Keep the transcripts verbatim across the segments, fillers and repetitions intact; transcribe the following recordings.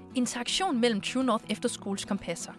Interaktion mellem True North Efterskoles kompasser.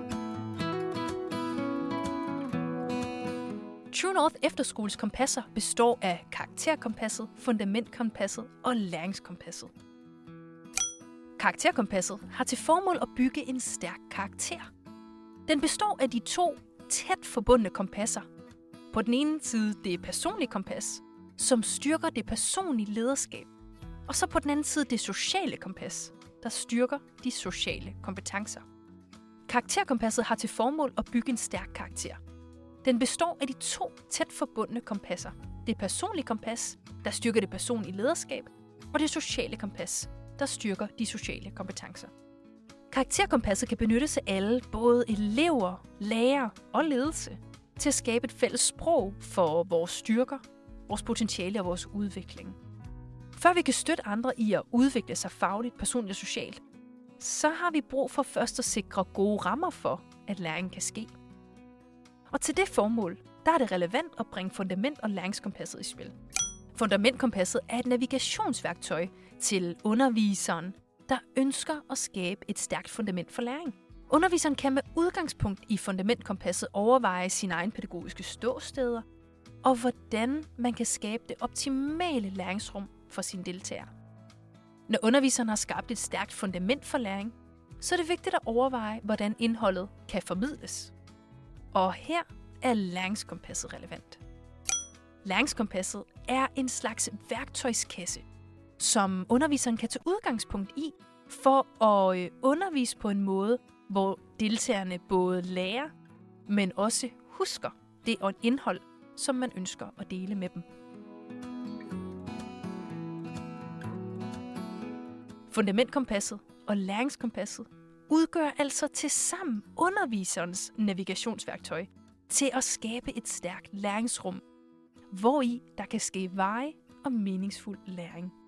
True North Efterskoles kompasser består af karakterkompasset, fundamentkompasset og læringskompasset. Karakterkompasset har til formål at bygge en stærk karakter. Den består af de to tæt forbundne kompasser. På den ene side det personlige kompas, som styrker det personlige lederskab, og så på den anden side det sociale kompas, der styrker de sociale kompetencer. Karakterkompasset har til formål at bygge en stærk karakter. Den består af de to tæt forbundne kompasser. Det personlige kompas, der styrker det personlige lederskab, og det sociale kompas, der styrker de sociale kompetencer. Karakterkompasset kan benyttes af alle, både elever, lærere og ledelse, til at skabe et fælles sprog for vores styrker, vores potentiale og vores udvikling. Før vi kan støtte andre i at udvikle sig fagligt, personligt og socialt, så har vi brug for først at sikre gode rammer for, at læring kan ske. Og til det formål, der er det relevant at bringe fundament- og læringskompasset i spil. Fundamentkompasset er et navigationsværktøj til underviseren, der ønsker at skabe et stærkt fundament for læring. Underviseren kan med udgangspunkt i fundamentkompasset overveje sine egne pædagogiske ståsteder, og hvordan man kan skabe det optimale læringsrum for sine deltagere. Når underviseren har skabt et stærkt fundament for læring, så er det vigtigt at overveje, hvordan indholdet kan formidles. Og her er læringskompasset relevant. Læringskompasset er en slags værktøjskasse, som underviseren kan tage udgangspunkt i for at undervise på en måde, hvor deltagerne både lærer, men også husker det og et indhold, som man ønsker at dele med dem. Fundamentkompasset og læringskompasset udgør altså tilsammen underviserens navigationsværktøj til at skabe et stærkt læringsrum, hvori der kan ske varig og meningsfuld læring.